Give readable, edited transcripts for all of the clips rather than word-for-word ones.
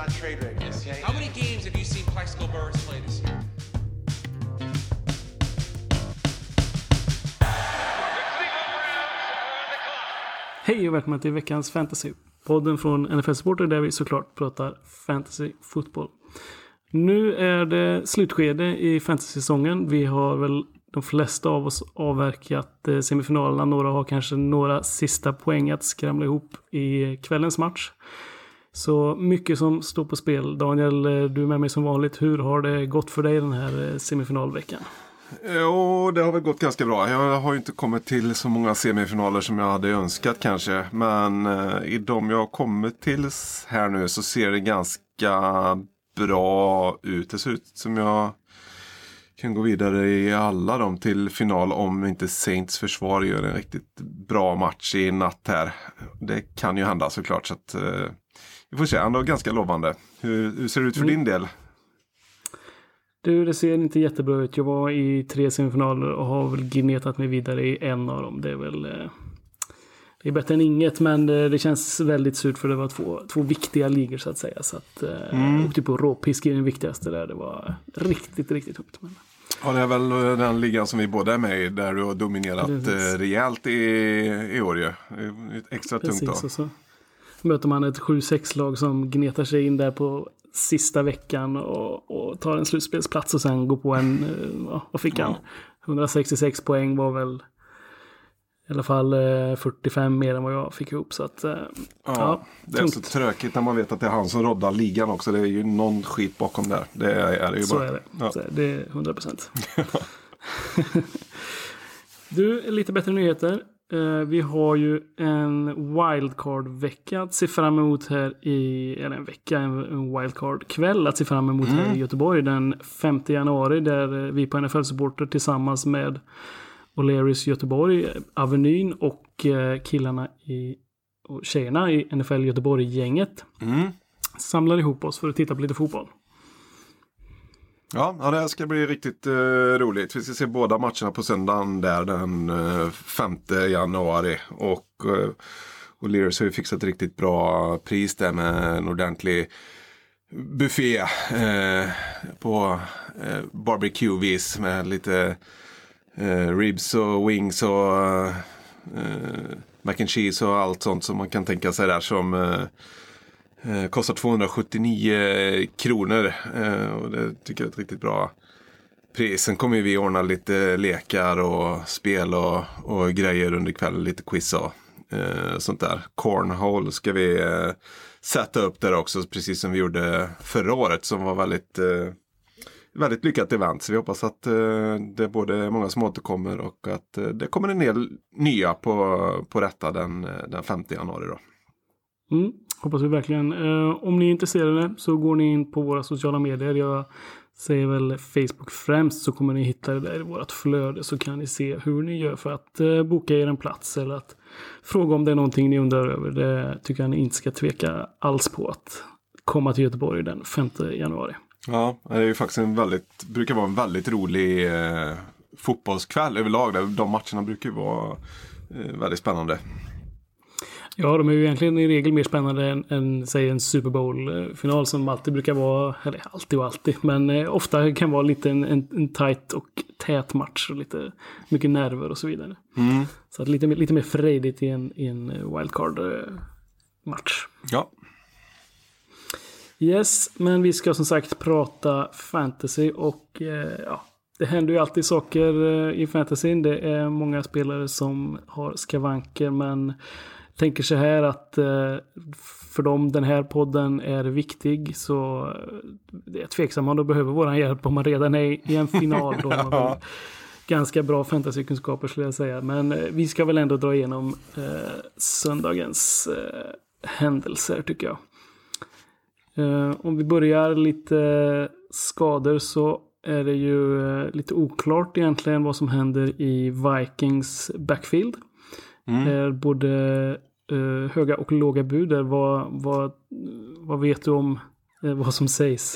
not trade ready. How many games have you seen Plexico Burris play this year? Hej och välkommen till veckans Fantasy-podden från NFL Supporter där vi såklart pratar fantasy-fotboll. Nu är det slutskede i fantasy-säsongen. Vi har väl de flesta av oss avverkat semifinalerna. Några har kanske några sista poäng att skramla ihop i kvällens match. Så mycket som står på spel. Daniel, du är med mig som vanligt. Hur har det gått för dig den här semifinalveckan? Jo, det har väl gått ganska bra. Jag har ju inte kommit till så många semifinaler som jag hade önskat kanske. Men i de jag har kommit till här nu så ser det ganska bra ut. Det ser ut som jag kan gå vidare i alla dem till final om inte Saints försvar gör en riktigt bra match i natt här. Det kan ju hända såklart, så att vi får se. Ändå ganska lovande. Hur ser det ut för din del? Du, det ser inte jättebra ut. Jag var i 3 semifinaler och har väl gnetat mig vidare i en av dem. Det är väl det är bättre än inget, men det känns väldigt surt för det var två viktiga ligor så att säga. Så att åkte på råpisk i den viktigaste där. Det var riktigt, riktigt tungt. Men... Ja, det är väl den ligan som vi båda är med i, där du har dominerat rejält i år ju. Extra tungt då. Precis, och så möter man ett 7-6-lag som gnetar sig in där på sista veckan och tar en slutspelsplats och sen går på en, vad fick han? 166 poäng var väl i alla fall 45 mer än vad jag fick ihop. Så att, det är så tråkigt när man vet att det är han som roddar ligan också. Det är ju någon skit bakom där. Det är det ju så bara. Är det. Ja. Så är det är 100%. Du, lite bättre nyheter. Vi har ju en wildcard-vecka att se fram emot här en wildcard-kväll att se fram emot här i Göteborg den 5 januari, där vi på NFL Supporter tillsammans med O'Learys Göteborg, Avenyn och killarna och tjejerna i NFL Göteborg-gänget samlar ihop oss för att titta på lite fotboll. Ja, det här ska bli riktigt roligt. Vi ska se båda matcherna på söndagen där den 5 januari. Och O'Learys har ju fixat riktigt bra pris där med en ordentlig buffé på barbecue-vis med lite ribs och wings och mac and cheese och allt sånt som man kan tänka sig där, som kostar 279 kronor och det tycker jag är ett riktigt bra pris. Sen kommer vi ordna lite lekar och spel och grejer under kvällen, lite quiz och sånt där. Cornhole ska vi sätta upp där också, precis som vi gjorde förra året, som var väldigt lyckat event. Så vi hoppas att det är både många som återkommer och att det kommer en del nya på detta den 5 januari då. Hoppas vi verkligen. Om ni är intresserade så går ni in på våra sociala medier. Jag säger väl Facebook främst, så kommer ni hitta det där i vårt flöde, så kan ni se hur ni gör för att boka er en plats eller att fråga om det är någonting ni undrar över. Det tycker jag ni inte ska tveka alls på att komma till Göteborg den 5 januari. Ja, det är ju faktiskt brukar vara en väldigt rolig fotbollskväll överlag. De matcherna brukar ju vara väldigt spännande. Ja, de är ju egentligen i regel mer spännande än säg en Super Bowl-final som alltid brukar vara, eller alltid, men ofta kan vara lite en tight och tät match och lite mycket nerver och så vidare. Så att lite mer frejdigt i en wildcard-match. Ja. Yes, men vi ska som sagt prata fantasy och det händer ju alltid saker i fantasy. Det är många spelare som har skavanker, men tänker så här att för dem den här podden är viktig, så det är tveksamt om de behöver våran hjälp om man redan är i en final. Då har man ganska bra fantasykunskaper skulle jag säga. Men vi ska väl ändå dra igenom söndagens händelser tycker jag. Om vi börjar lite skador, så är det ju lite oklart egentligen vad som händer i Vikings backfield. Både höga och låga bud. Vad vet du om vad som sägs?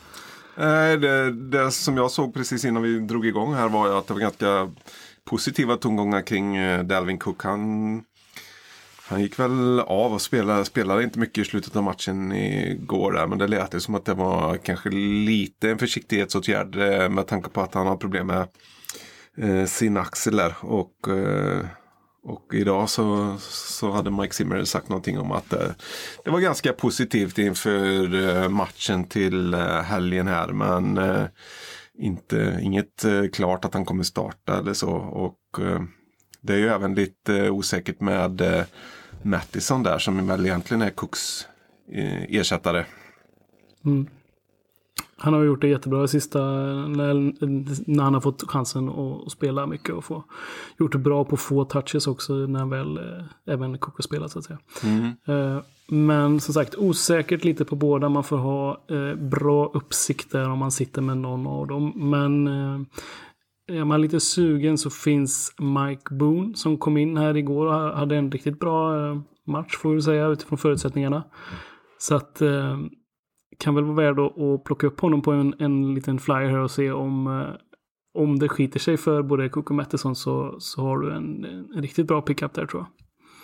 Det som jag såg precis innan vi drog igång här var att det var ganska positiva tongångar kring Dalvin Cook. Han gick väl av och spelade inte mycket i slutet av matchen igår där, men det lät ju som att det var kanske lite en försiktighetsåtgärd med tanke på att han har problem med sin axel där. Och idag så hade Mike Zimmer sagt någonting om att det var ganska positivt inför matchen till helgen här, men inget klart att han kommer starta eller så. Och det är ju även lite osäkert med Mattison där, som väl egentligen är Cooks ersättare. Mm. Han har gjort det jättebra i sista när han har fått chansen att spela mycket och gjort det bra på få touches också när han väl även Cook har spelat så att säga. Men som sagt, osäkert lite på båda. Man får ha bra uppsikt där om man sitter med någon av dem. Men är man lite sugen så finns Mike Boone som kom in här igår och hade en riktigt bra match får vi säga utifrån förutsättningarna. Så att kan väl vara värd att plocka upp honom på en liten flyer här och se om det skiter sig för både Cook och Mattison så har du en riktigt bra pickup där tror jag.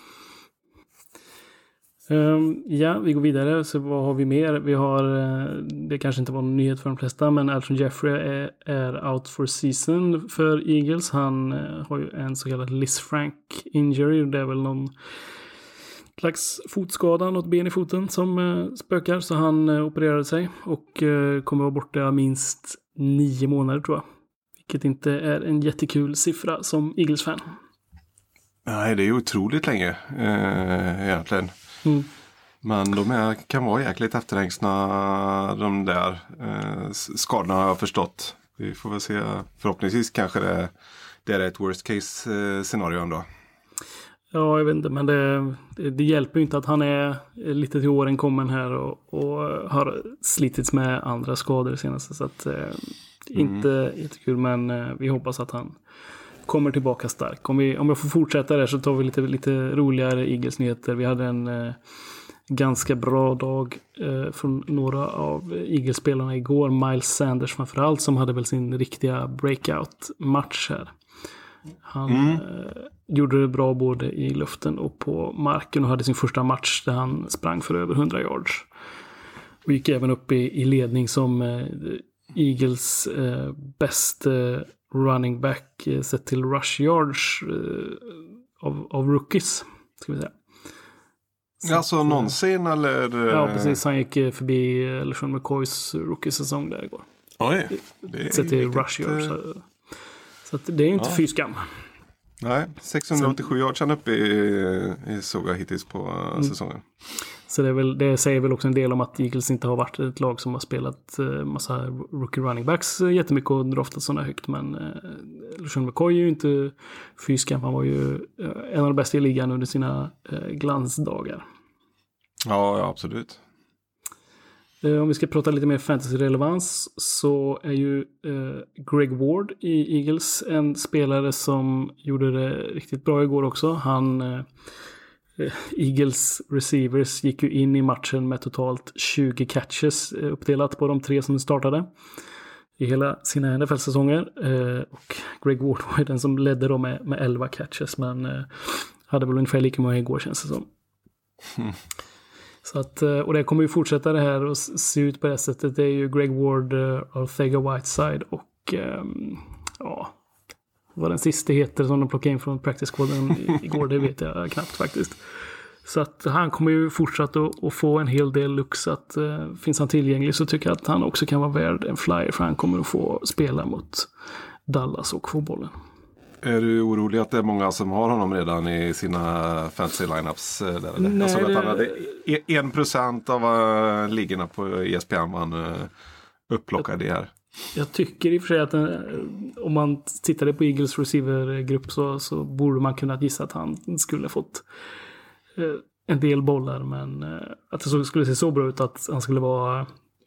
Ja, vi går vidare. Så vad har vi mer? Vi har, det kanske inte var någon nyhet för de flesta, men Alshon Jeffrey är out for season för Eagles. Han har ju en så kallad Lisfranc injury. Det är väl någon slags fotskada, något ben i foten som spökar. Så han opererade sig och kommer vara borta minst 9 månader tror jag. Vilket inte är en jättekul siffra som Eagles-fan. Nej, det är ju otroligt länge egentligen. Men de kan vara jäkligt efterhängsna de där skadorna har jag förstått. Vi får väl se, förhoppningsvis kanske det är ett worst case scenario ändå. Ja, jag vet inte, men det hjälper ju inte att han är lite till åren kommen här och har slitits med andra skador senaste. Så att inte jättekul, men vi hoppas att han kommer tillbaka stark. Om jag får fortsätta där så tar vi lite roligare Eagles-nyheter. Vi hade en ganska bra dag från några av Eagles-spelarna igår. Miles Sanders framförallt, som hade väl sin riktiga breakout-match här. Han gjorde det bra både i luften och på marken och hade sin första match där han sprang för över 100 yards. Och gick även upp i ledning som Eagles bästa running back sett till rush yards av rookies, ska vi säga. Alltså någonsin eller? Ja, precis. Han gick förbi LeSean McCoys rookie-säsong där igår. Oj, sett till rush yards. Så att det är inte fyskam. Nej, 687 yards han upp i såga hittills på säsongen. Så det säger väl också en del om att Eagles inte har varit ett lag som har spelat massa rookie running backs jättemycket och draftat sådana högt. Men LeSean McCoy är ju inte fyskam. Han var ju en av de bästa i ligan under sina glansdagar. Ja, absolut. Om vi ska prata lite mer fantasy-relevans så är ju Greg Ward i Eagles en spelare som gjorde det riktigt bra igår också. Eagles receivers gick ju in i matchen med totalt 20 catches uppdelat på de 3 som startade i hela sina NFL-säsonger. Och Greg Ward var ju den som ledde dem med 11 catches, men hade väl ungefär lika många igår, känns det som. Så att, och det kommer ju fortsätta det här och se ut på det sättet. Det är ju Greg Ward, Arthega Whiteside och vad den sista heter som de plockade in från practice squaden igår, det vet jag knappt faktiskt. Så att han kommer ju fortsätta att få en hel del lux. Att finns han tillgänglig så tycker jag att han också kan vara värd en flyer, för han kommer att få spela mot Dallas och få bollen. Är du orolig att det är många som har honom redan i sina fantasy lineups där, eller? Nej, jag såg att han hade 1% av ligorna på ESPN man upplockade det här. Jag tycker i och för sig att om man tittade på Eagles receiver-grupp så borde man kunna gissa att han skulle fått en del bollar, men att det skulle se så bra ut att han skulle vara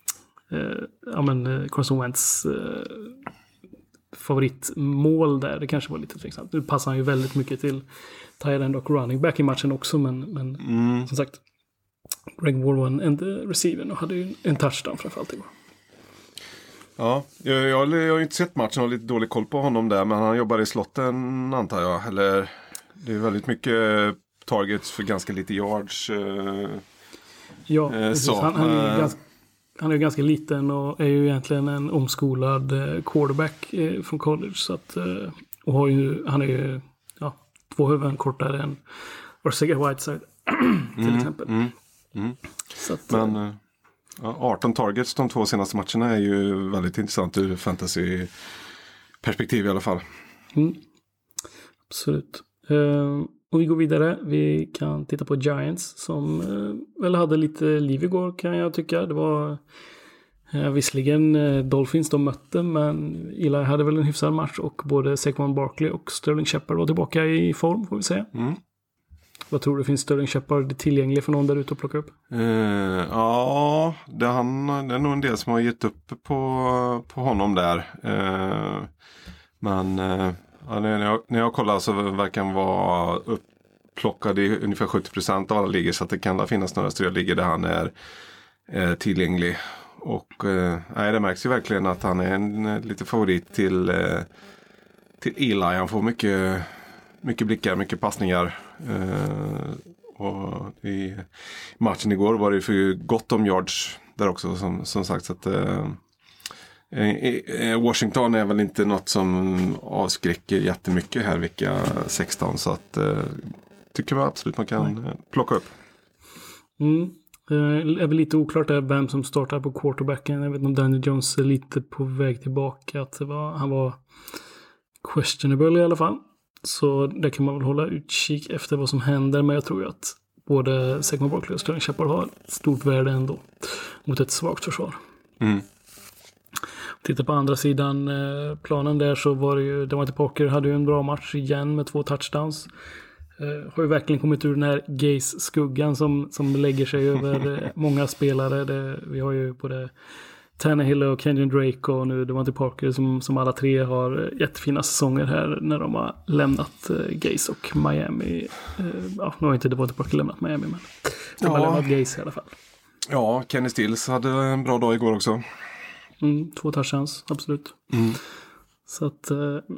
Carson Wentz favoritmål där, det kanske var lite tveksamt. Nu passar han ju väldigt mycket till tight end och running back i matchen också, men som sagt, Greg Ward var en receiver och hade ju en touchdown framförallt igår. Ja, jag har ju inte sett matchen och har lite dålig koll på honom där, men han jobbar i slotten antar jag, eller det är väldigt mycket targets för ganska lite yards. Ja, precis. Han är ganska liten och är ju egentligen en omskolad quarterback från college. Så att, och han är ju 2 huvuden kortare än Arcega Whiteside till exempel. Så att, men 18 targets de 2 senaste matcherna är ju väldigt intressant ur fantasy-perspektiv i alla fall. Absolut. Och vi går vidare. Vi kan titta på Giants som väl hade lite liv igår kan jag tycka. Det var visserligen Dolphins de mötte, men Eli hade väl en hyfsad match och både Saquon Barkley och Sterling Shepard var tillbaka i form får vi säga. Vad tror du, finns Sterling Shepard tillgänglig för någon där ute att plocka upp? Ja, det är nog en del som har gett upp på honom där. Men när jag kollar så verkar han vara upplockad i ungefär 70% av alla ligor, så att det kan finnas några stora ligor där han är tillgänglig. Och det märks ju verkligen att han är en lite favorit till Eli. Han får mycket blickar, mycket passningar. Och i matchen igår var det för gott om yards där också som sagt. Så att, Washington är väl inte något som avskräcker jättemycket här vecka 16. Så att tycker jag absolut man kan plocka upp. Det är väl lite oklart där vem som startar på quarterbacken. Jag vet inte om Daniel Jones är lite på väg tillbaka. Att han var questionable i alla fall. Så där kan man väl hålla utkik efter vad som händer. Men jag tror ju att både Saquon Barkley och Sterling Shepard har ett stort värde ändå mot ett svagt försvar. Titta på andra sidan planen där så var det ju Devontae Parker hade ju en bra match igen med 2 touchdowns. Har ju verkligen kommit ur den här Gaze-skuggan som lägger sig över många spelare. Vi har ju både Tannehill och Kenyon Drake och nu Devontae Parker som alla 3 har jättefina säsonger här när de har lämnat Gaze och Miami. Nu har inte Devontae Parker lämnat Miami, men de har lämnat Gaze i alla fall. Ja, Kenny Stills hade en bra dag igår också. 2 touchdowns, absolut. Så att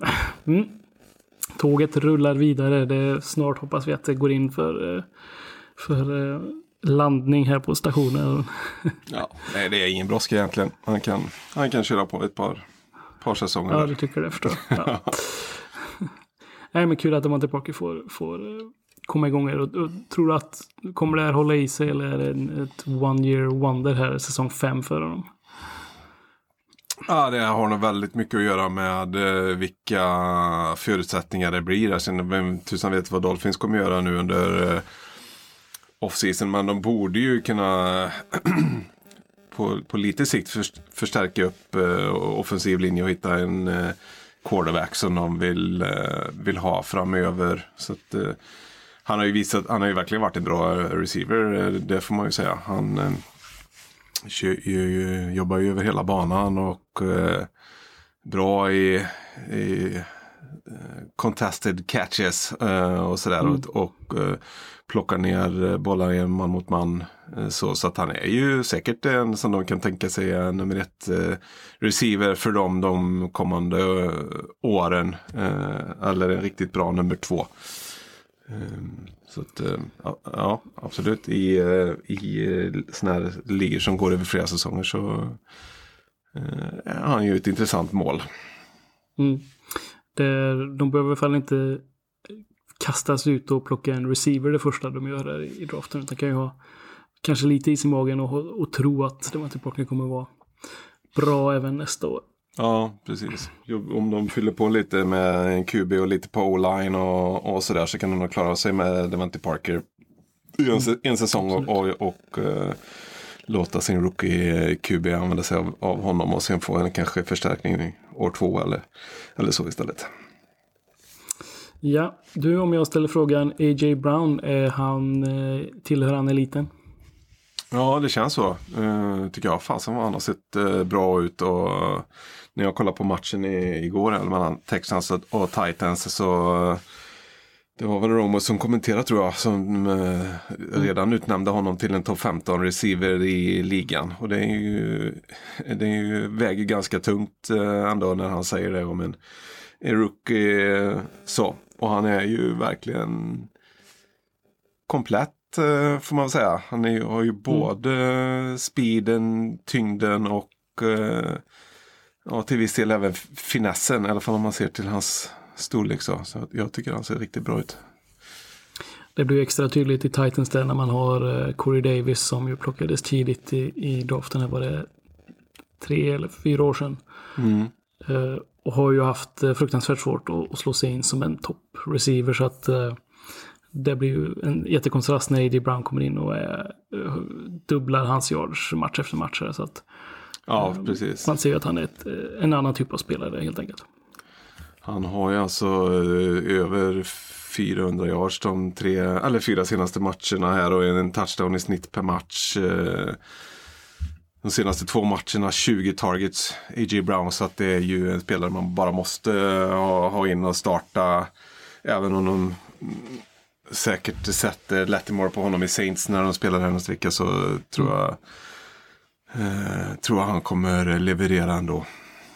tåget rullar vidare. Snart hoppas vi att det går in för landning här på stationen. Ja, nej, det är ingen brådska egentligen. Han kan köra på ett par säsonger. Ja, du tycker det, förstår. Ja. Nej, men kul att Devontae Parker får komma igång här. Och tror du att kommer det här hålla i sig eller är det ett one year wonder här, säsong 5 för honom? Ja, det har nog väldigt mycket att göra med vilka förutsättningar det blir. Sen vem tusan vet vad Dolphins kommer göra nu under off-season. Men de borde ju kunna på lite sikt förstärka upp offensiv linje och hitta en quarterback som de vill ha framöver. Så att, han har ju verkligen varit en bra receiver, det får man ju säga. Han jobbar ju över hela banan och bra i contested catches och sådär och plockar ner bollar i man mot man så att han är ju säkert en som de kan tänka sig en nummer 1 receiver för dem de kommande åren eller en riktigt bra nummer 2. Så att, ja, absolut i såna här ligor som går över flera säsonger så är han ju ett intressant mål. De behöver i alla fall inte kastas ut och plocka en receiver det första de gör där i draften, utan kan ju ha kanske lite is i magen och tro att Devontae Parker kommer vara bra även nästa år. Ja, precis. Om de fyller på lite med en QB och lite på O-line och sådär så kan de nog klara sig med Devontae Parker i en säsong och låta sin rookie QB använda sig av honom och sen få en kanske förstärkning i år 2 eller så istället. Ja, du, om jag ställer frågan, A.J. Brown, tillhör han eliten? Ja, det känns så. Tycker jag. Fasen vad han har sett bra ut och när jag kollade på matchen igår mellan Texans och Titans så det var väl Romo som kommenterade tror jag som redan utnämnde honom till en topp 15 receiver i ligan och det är ju väger ganska tungt ändå när han säger det om en rookie så och han är ju verkligen komplett får man säga. Han har ju både speeden, tyngden och till viss del även finessen, i alla fall om man ser till hans storlek så jag tycker han ser riktigt bra ut. Det blir extra tydligt i Titans där när man har Corey Davis som ju plockades tidigt i draften. Här var det 3 eller 4 år sedan. Och har ju haft fruktansvärt svårt att slå sig in som en topp-receiver, så att det blir ju en jättekontrast när A.J. Brown kommer in och dubblar hans yards match efter match. Så att, precis. Man ser ju att han är en annan typ av spelare helt enkelt. Han har ju alltså över 400 yards de 4 senaste matcherna här och en touchdown i snitt per match. De senaste 2 matcherna 20 targets A.J. Brown, så att det är ju en spelare man bara måste ha in och starta, även om de säkert sätter Lattimore på honom i Saints när de spelar här nästa vecka, så tror jag han kommer leverera ändå.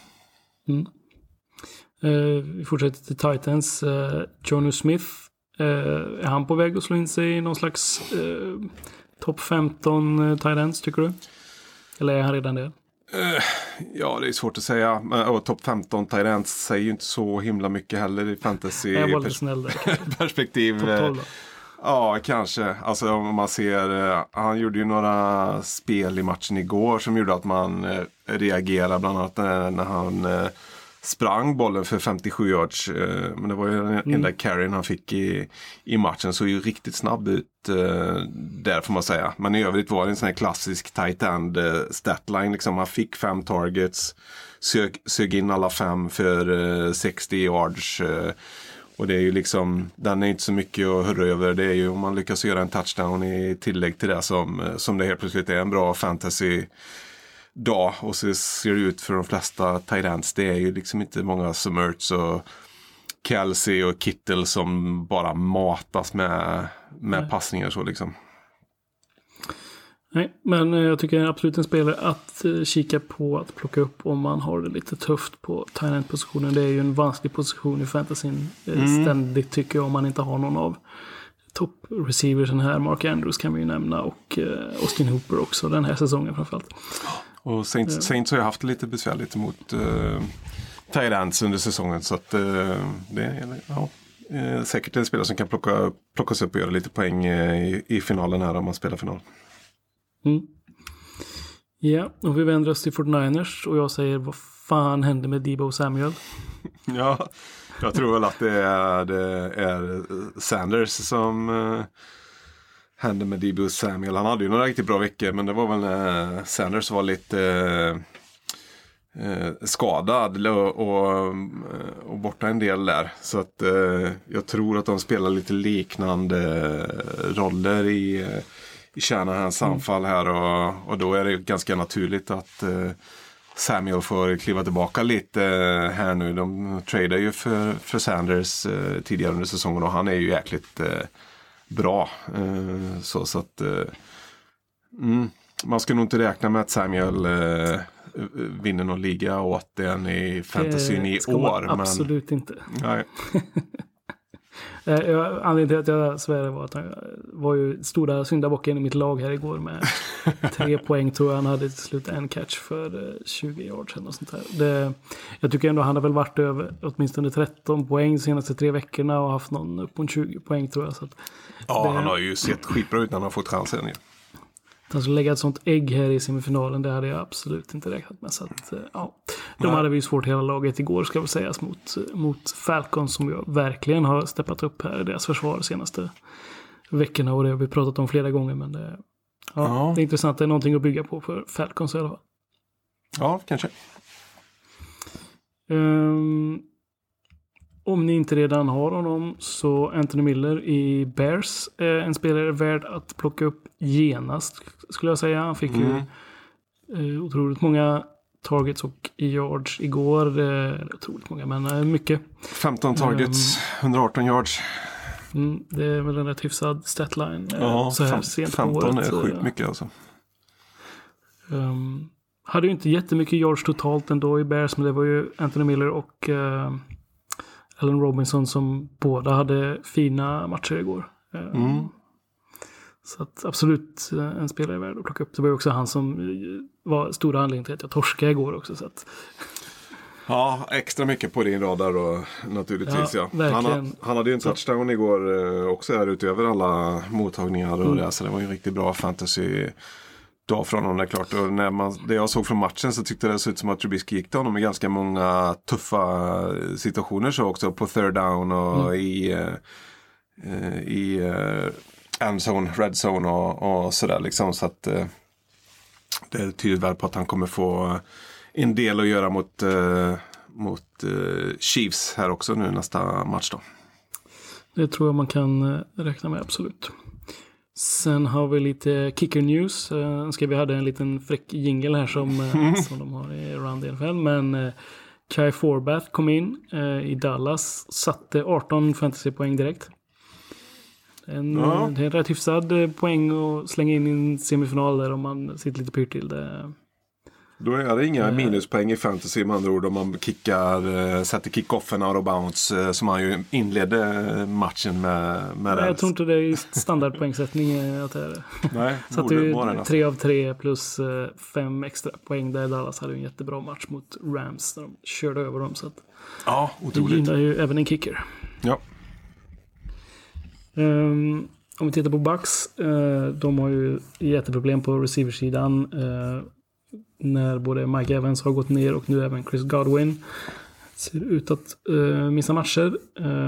Vi fortsätter till Titans. Jonnu Smith, är han på väg att slå in sig i någon slags topp 15 tight ends, tycker du? Eller är han redan det? Ja, det är svårt att säga. Och topp 15 tight ends säger ju inte så himla mycket heller i fantasy Jag var lite snäll där, perspektiv. Topp 12 då? Ja, kanske. Alltså om man ser, han gjorde ju några spel i matchen igår som gjorde att man reagerade, bland annat när han sprang bollen för 57 yards. Men det var ju den enda carryn han fick i matchen, så ju riktigt snabb ut där får man säga. Men i övrigt var det en sån här klassisk tight end statline. Liksom. Han fick 5 targets, sög in alla 5 för 60 yards. Och det är ju liksom, den är inte så mycket att hurra över. Det är ju om man lyckas göra en touchdown i tillägg till det som det helt plötsligt är en bra fantasy dag. Och så ser det ut för de flesta tight ends. Det är ju liksom inte många som Ertz och Kelsey och Kittle som bara matas med passningar så liksom. Nej, men jag tycker absolut en spelare att kika på att plocka upp om man har det lite tufft på tight end-positionen. Det är ju en vansklig position i fantasyn ständigt, tycker jag, om man inte har någon av topp-receiversen här. Mark Andrews kan vi ju nämna, och Austin Hooper också den här säsongen framförallt. Och Saints har ju haft lite besvärligt mot tight ends under säsongen, så att det är säkert en spelare som kan plockas upp och göra lite poäng i finalen här om man spelar final. Ja, och vi vänder oss till 49ers och jag säger, vad fan hände med Deebo Samuel? Ja, jag tror väl att det är Sanders som hände med Deebo Samuel. Han hade ju några riktigt bra veckor, men det var väl när Sanders var lite skadad och borta en del där. Så att jag tror att de spelar lite liknande roller i Shanahans anfall här, och då är det ganska naturligt att Samuel får kliva tillbaka lite här nu. De tradar ju för Sanders tidigare under säsongen, och han är ju jäkligt bra. Så att man ska nog inte räkna med att Samuel vinner någon liga åt den i fantasyn i år. Absolut inte. Nej. Anledningen till att jag svär var att han var ju stora syndabocken i mitt lag här igår med 3 poäng, tror jag han hade till slut, en catch för 20 yards och sånt där. Jag tycker ändå han har väl varit över åtminstone 13 poäng de senaste 3 veckorna och haft någon upp på 20 poäng, tror jag. Så att han har ju sett skitbra ut när han har fått chansen. Ja. Han skulle lägga ett sånt ägg här i semifinalen, det hade jag absolut inte räknat med. Så att, de hade vi ju svårt hela laget igår, ska väl sägas, mot Falcons, som jag verkligen har steppat upp här i deras försvar de senaste veckorna, och det har vi pratat om flera gånger, men det är intressant. Det är någonting att bygga på för Falcons i alla fall. Ja, kanske. Om ni inte redan har honom, så Anthony Miller i Bears är en spelare värd att plocka upp genast, skulle jag säga. Han fick ju otroligt många targets och yards igår. Otroligt många, men mycket. 15 targets, 118 yards. Det är väl en rätt hyfsad statline. Ja, så här sent 15 är sjukt mycket alltså. Hade ju inte jättemycket yards totalt ändå i Bears, men det var ju Anthony Miller och Allen Robinson som båda hade fina matcher igår. Så att absolut en spelare är värd att plocka upp. Det var ju också han som var stora anledningen till att jag torskade igår också. Så att... Ja, extra mycket på din radar då, naturligtvis. Ja. Han hade ju en touchdown igår också här utöver alla mottagningar och det. Så det var ju en riktigt bra fantasy dag från honom, det är klart. Och det jag såg från matchen så tyckte det såg ut som att Trubisky gick till honom i ganska många tuffa situationer så också på third down och i endzone, red zone och sådär liksom. Så att det tyder väl på att han kommer få en del att göra mot Chiefs här också nu nästa match då. Det tror jag man kan räkna med, absolut. Sen har vi lite kicker news. Vi hade en liten fräck jingle här som de har i Around the NFL. Men Kai Forbath kom in i Dallas. Satte 18 fantasypoäng direkt. Det är en rätt hyfsad poäng att slänga in i en semifinal där om man sitter lite pyrt till det. Då är det inga minuspoäng i fantasy med andra ord om man sätter kickoffen out of bounds som han ju inledde matchen med. Nej, jag tror inte det är standardpoängsättning att det är det. Nej, så att det är 3 av 3 plus 5 extra poäng där Dallas hade en jättebra match mot Rams när de körde över dem. Så att ja, otroligt. Det gynnar ju även en kicker. Ja. Om vi tittar på Bucks, de har ju jätteproblem på receiversidan. När både Mike Evans har gått ner och nu även Chris Godwin ser ut att missa matcher.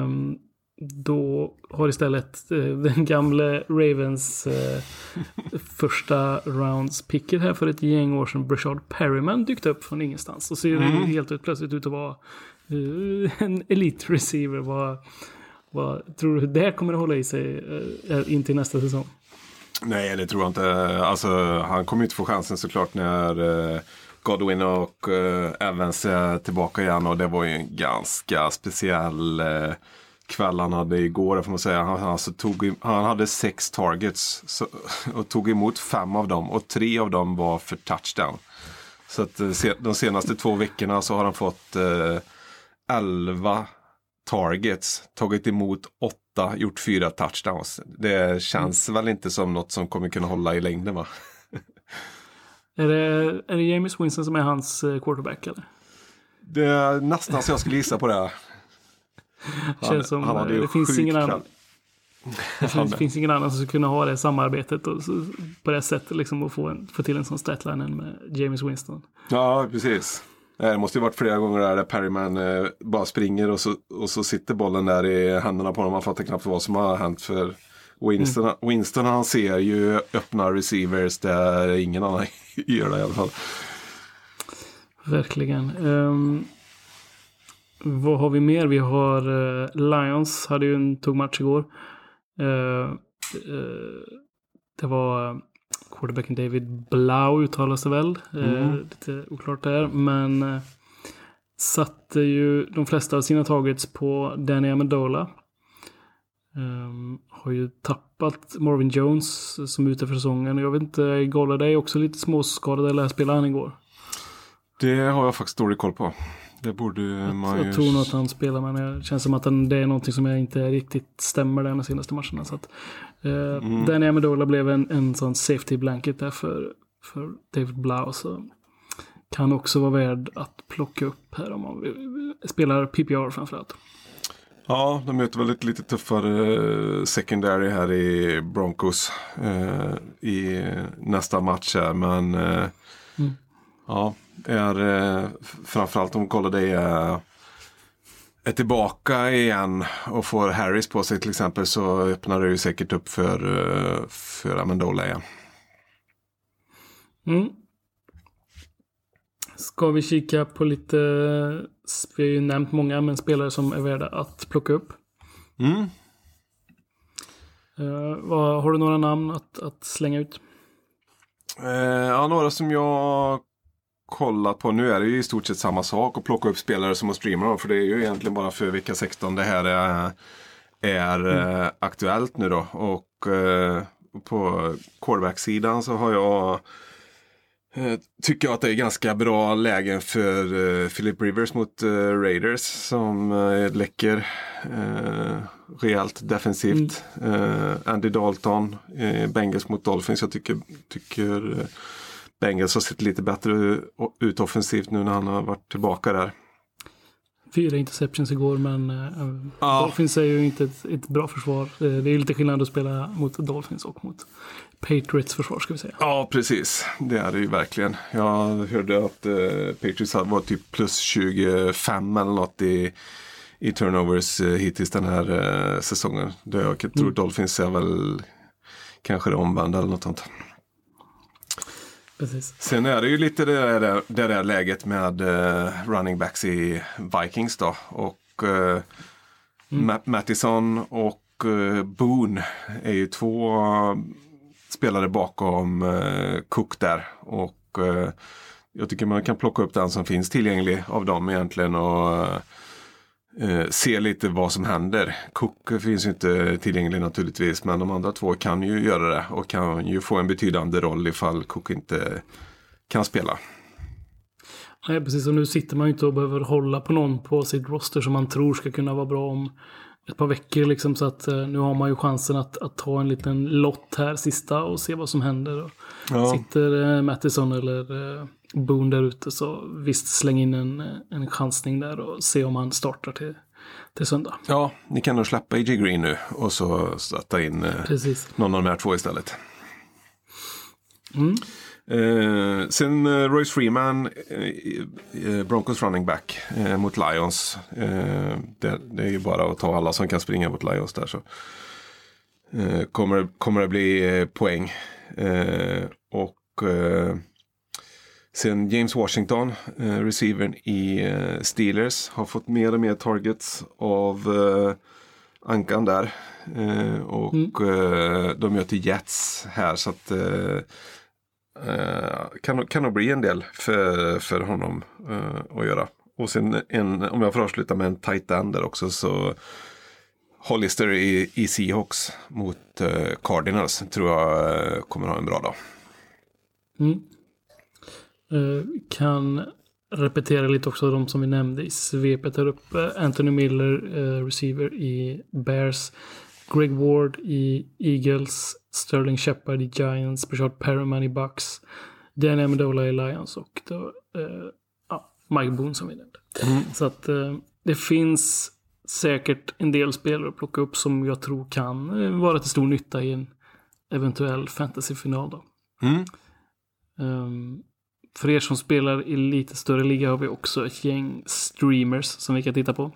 Då har istället den gamla Ravens första rounds picket här för ett gäng år sedan, Brashard Perryman, dykt upp från ingenstans och ser helt plötsligt ut att vara en elite receiver. Vad tror du det kommer att hålla i sig in till nästa säsong? Nej, det tror jag inte. Alltså, han kommer inte få chansen såklart när Godwin och Evans är tillbaka igen. Och det var ju en ganska speciell kväll han hade igår, får man säga. Han hade 6 targets och tog emot 5 av dem. Och 3 av dem var för touchdown. Så att de senaste 2 veckorna så har han fått 11 targets, tagit emot 8, gjort 4 touchdowns. Det känns väl inte som något som kommer kunna hålla i längden, va? Är det James Winston som är hans quarterback, eller? Det är nästan så jag skulle gissa på det. Känns som det finns ingen annan. Det finns ingen annan som skulle kunna ha det samarbetet och på det sättet liksom att få till en sån statline med James Winston. Ja, precis. Det måste ju varit flera gånger där Perryman bara springer och så sitter bollen där i händerna på honom. Man fattar knappt vad som har hänt för Winston han ser ju öppna receivers där ingen annan gör det i alla fall. Verkligen. Vad har vi mer? Vi har Lions hade ju en tog match igår. Det var quarterbacken David Blau uttalas det väl. Lite oklart där. Men satte ju de flesta av sina targets på Danny Amendola. Har ju tappat Marvin Jones som är ute för säsongen. Jag vet inte, Golladay är också lite småskadad, eller spelade han igår? Det har jag faktiskt dålig koll på. Det borde man jag tror nog att han spelar, men det känns som att det är någonting som jag inte riktigt stämmer där de senaste matcherna. Så att Danny Amendola blev en sån safety blanket där för David Blau, så kan också vara värd att plocka upp här om man spelar PPR framförallt. Ja, de möter väl ett lite tuffare secondary här i Broncos i nästa match här, men ja, framförallt om Golladay är tillbaka igen och får Harris på sig till exempel, så öppnar det ju säkert upp för Amendola igen. Ska vi kika på lite, vi har ju nämnt många, men spelare som är värda att plocka upp. Har du några namn att slänga ut? Ja, några som jag kollat på. Nu är det ju i stort sett samma sak att plocka upp spelare som att streama dem, för det är ju egentligen bara för vecka 16 det här är aktuellt nu då. Och på quarterback-sidan så har jag Tycker jag att det är ganska bra lägen för Philip Rivers mot Raiders som läcker rejält defensivt. Andy Dalton, Bengals mot Dolphins. Jag tycker Bengals har sett lite bättre ut offensivt nu när han har varit tillbaka där. 4 interceptions igår, men Dolphins är ju inte ett bra försvar. Det är lite skillnad att spela mot Dolphins och mot Patriots försvar, ska vi säga. Ja, precis. Det är det ju verkligen. Jag hörde att Patriots var typ plus 25 eller något i turnovers hittills den här säsongen. Jag tror Dolphins är väl kanske det omvända eller något sånt. Precis. Sen är det ju lite det där läget med running backs i Vikings då. Och Mattison och Boone är ju 2 spelare bakom Cook där. Och jag tycker man kan plocka upp den som finns tillgänglig av dem egentligen och se lite vad som händer. Cook finns ju inte tillgänglig naturligtvis, men de andra 2 kan ju göra det och kan ju få en betydande roll ifall Cook inte kan spela. Nej, precis. Och nu sitter man ju inte och behöver hålla på någon på sitt roster som man tror ska kunna vara bra om ett par veckor. Liksom, så att nu har man ju chansen att ta en liten lott här sista och se vad som händer. Och sitter Mattison eller Boone där ute, så visst, släng in en chansning där och se om han startar till söndag. Ja, ni kan nog släppa AJ Green nu och så sätta in någon av de här 2 istället. Sen Royce Freeman, Broncos running back mot Lions. Det är ju bara att ta alla som kan springa mot Lions där, så kommer det bli poäng. Och sen James Washington, receivern i Steelers, har fått mer och mer targets av ankan där. Och de möter Jets här, så att kan nog bli en del för honom att göra. Och sen om jag får avsluta med en tight end där också, så Hollister i Seahawks mot Cardinals tror jag kommer ha en bra dag. Kan repetera lite också de som vi nämnde i svepet här uppe. Anthony Miller, receiver i Bears, Greg Ward i Eagles, Sterling Shepard i Giants, Brashard Perriman i Bucks, Danny Amendola i Lions och då, Mike Boone som vi nämnde. Så att det finns säkert en del spelare att plocka upp som jag tror kan vara till stor nytta i en eventuell fantasyfinal då. För er som spelar i lite större liga har vi också ett gäng streamers som vi kan titta på.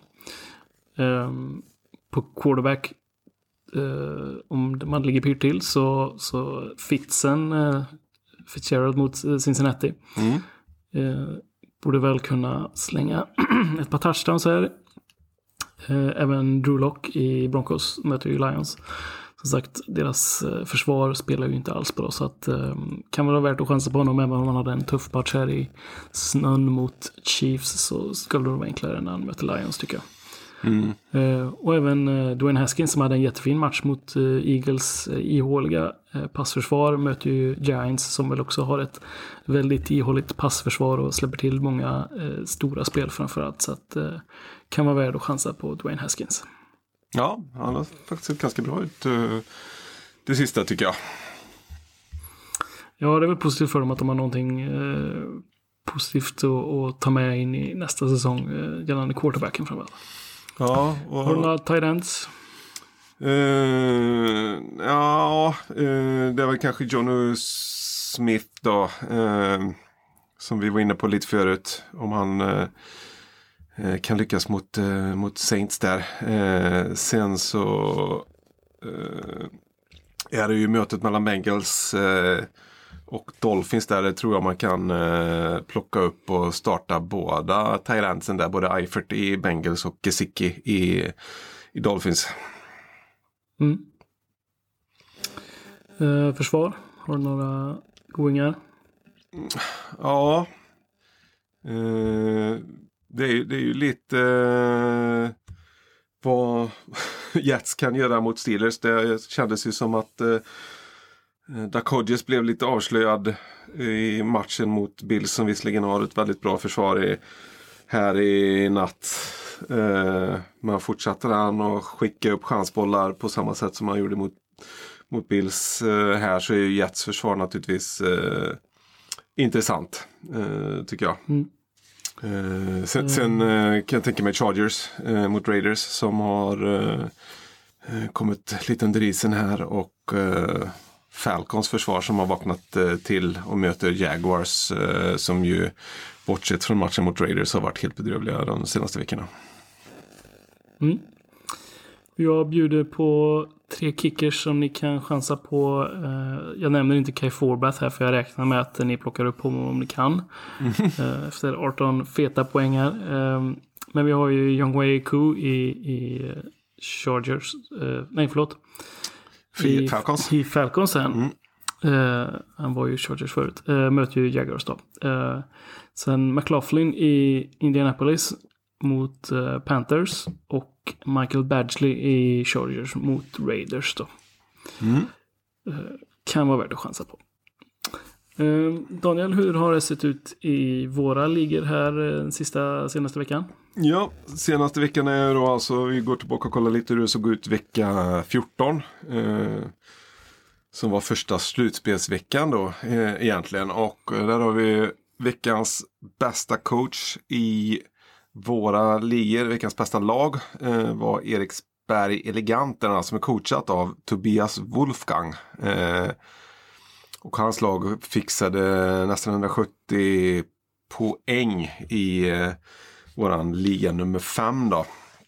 På quarterback, om man ligger pyrt till, så Fitzgerald mot Cincinnati. Borde väl kunna slänga ett par touchdowns här. Även Drew Lock i Broncos möter ju Lions. Som sagt, deras försvar spelar ju inte alls bra, så att kan vara värt att chansa på honom. Även om man hade en tuff match här i snön mot Chiefs, så skulle det vara enklare när han möter Lions, tycker jag. Och även Dwayne Haskins som hade en jättefin match mot Eagles ihåliga passförsvar möter ju Giants som väl också har ett väldigt ihåligt passförsvar och släpper till många stora spel framförallt, så att kan vara värd att chansa på Dwayne Haskins. Ja, han har faktiskt sett ganska bra ut det sista, tycker jag. Ja, det är väl positivt för dem att de har någonting positivt att ta med in i nästa säsong gällande quarterbacken framöver. Ja, har du några tight ends? Det är väl kanske Jonnu Smith då, som vi var inne på lite förut, om han kan lyckas mot Saints där. Sen så är det ju mötet mellan Bengals och Dolphins där. Det tror jag man kan plocka upp och starta båda tight endsen där, både Eifert i Bengals och Gesicki i Dolphins. Försvar, har du några goingar? Ja, det är ju lite vad Jets kan göra mot Steelers. Det kändes ju som att Dak Hodges blev lite avslöjad i matchen mot Bills som visserligen har ett väldigt bra försvar här i natt. Man fortsatte han och skicka upp chansbollar på samma sätt som man gjorde mot Bills. Här så är ju Jets försvar naturligtvis intressant, tycker jag. Sen kan jag tänka mig Chargers mot Raiders som har kommit lite under isen här och Falcons försvar som har vaknat till och möter Jaguars som ju bortsett från matchen mot Raiders har varit helt bedrövliga de senaste veckorna. Jag bjuder på 3 kickers som ni kan chansa på. Jag nämner inte Kai Forbath här för jag räknar med att ni plockar upp honom om ni kan. Efter 18 feta poängar. Men vi har ju Younghoe Koo i Chargers. I Falcons sen. Han var ju Chargers förut. Möter ju Jaguars då. Sen McLaughlin i Indianapolis mot Panthers och Michael Badgley i Chargers mot Raiders då. Kan vara värt att chansa på. Daniel, hur har det sett ut i våra ligor här senaste veckan? Ja, senaste veckan är då alltså, vi går tillbaka och kollar lite hur det såg ut vecka 14. Som var första slutspelsveckan då egentligen. Och där har vi veckans bästa coach i våra ligor. Veckans bästa lag var Eriksberg Eleganterna som är coachat av Tobias Wolfgang. Och hans lag fixade nästan 170 poäng i våran liga nummer 5 då.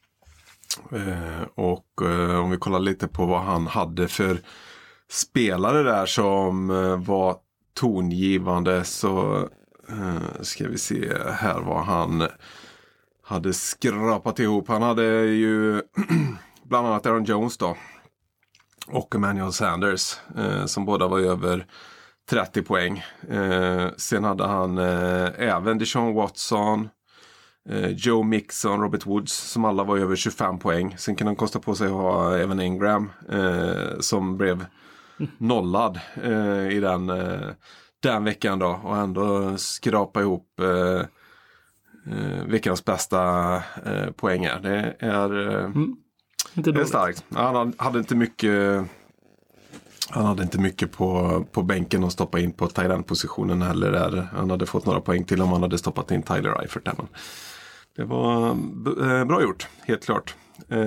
Och om vi kollar lite på vad han hade för spelare där som var tongivande så ska vi se här vad han hade skrapat ihop. Han hade ju bland annat Aaron Jones då och Emmanuel Sanders som båda var över 30 poäng. Sen hade han även Deshaun Watson, Joe Mixon, Robert Woods som alla var över 25 poäng. Sen kan han kosta på sig att ha Evan Ingram som blev nollad i den veckan då och ändå skrapa ihop veckans bästa poänger. Det är starkt. Han hade inte mycket på bänken att stoppa in på tight end-positionen heller där. Han hade fått några poäng till om han hade stoppat in Tyler Eifert där. Men det var bra gjort, helt klart.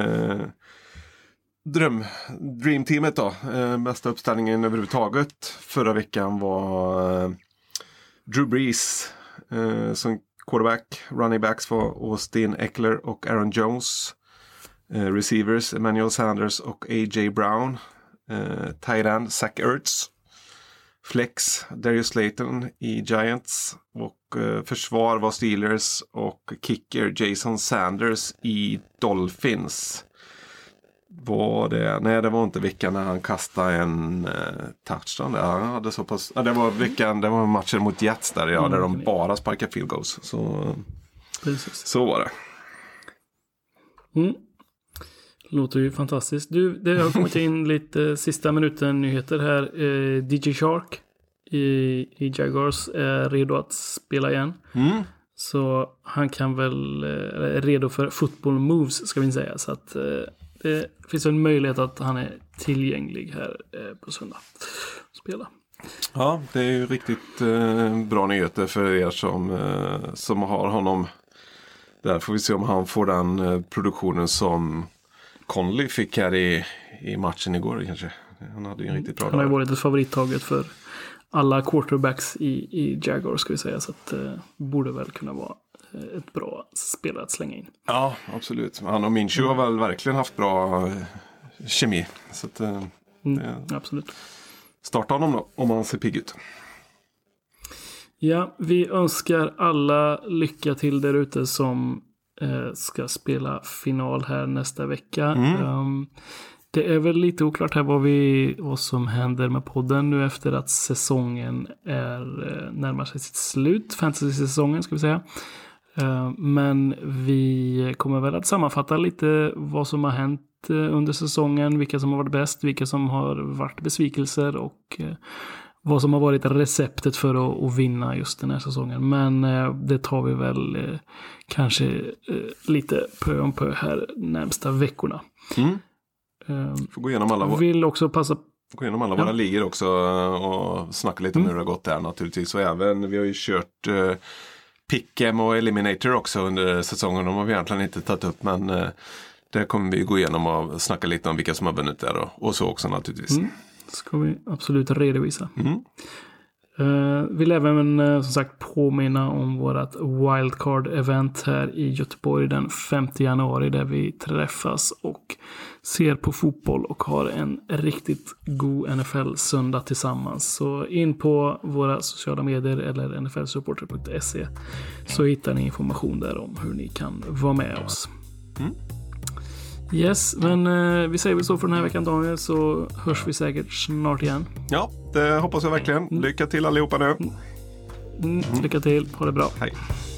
Dreamteamet då. Bästa uppställningen överhuvudtaget förra veckan var Drew Brees som quarterback. Running backs var Austin Eckler och Aaron Jones. Receivers Emmanuel Sanders och A.J. Brown. Tight end Zach Ertz. Flex Darius Slayton i Giants. Och försvar var Steelers och kicker Jason Sanders i Dolphins. Det var inte veckan när han kastade en touchdown där. Han hade så pass, det var matchen mot Jets där där de bara sparkade field goals. Så var det. Låter ju fantastiskt. Det har kommit in lite sista minuten nyheter här. DJ Shark i Jaguars är redo att spela igen. Så han kan väl redo för football moves ska vi säga. Så att det finns en möjlighet att han är tillgänglig här på söndag. Spela. Ja, det är ju riktigt bra nyheter för er som har honom. Där får vi se om han får den produktionen som Conley fick här i matchen igår kanske. Han hade ju en riktigt bra dag. Han har ju varit ett favorittaget för alla quarterbacks i Jaguars ska vi säga. Så att borde väl kunna vara ett bra spelare att slänga in. Ja, absolut. Han och Minshew har väl verkligen haft bra kemi. Så att, absolut. Starta honom då, om han ser pigg ut. Ja, vi önskar alla lycka till där ute som ska spela final här nästa vecka. Det är väl lite oklart här vad som händer med podden nu efter att säsongen närmar sig sitt slut. Fantasy-säsongen ska vi säga. Men vi kommer väl att sammanfatta lite vad som har hänt under säsongen, vilka som har varit bäst, vilka som har varit besvikelser och vad som har varit receptet för att vinna just den här säsongen. Men det tar vi väl kanske lite pö om pö här närmsta veckorna. Får gå igenom alla vill också passa gå igenom alla våra ligor också och snacka lite om hur det har gått där naturligtvis. Och även, vi har ju kört Pick'em och Eliminator också under säsongen. De har vi egentligen inte tagit upp, men där kommer vi gå igenom och snacka lite om vilka som har vunnit där och så också naturligtvis. Ska vi absolut redovisa. Vill även som sagt påminna om vårat wildcard-event här i Göteborg den 5 januari där vi träffas och ser på fotboll och har en riktigt god NFL-söndag tillsammans. Så in på våra sociala medier eller nflsupporter.se så hittar ni information där om hur ni kan vara med oss. Yes, men vi säger väl så för den här veckan, Daniel, så hörs vi säkert snart igen. Ja, det hoppas jag verkligen. Lycka till allihopa nu. Lycka till, ha det bra. Hej.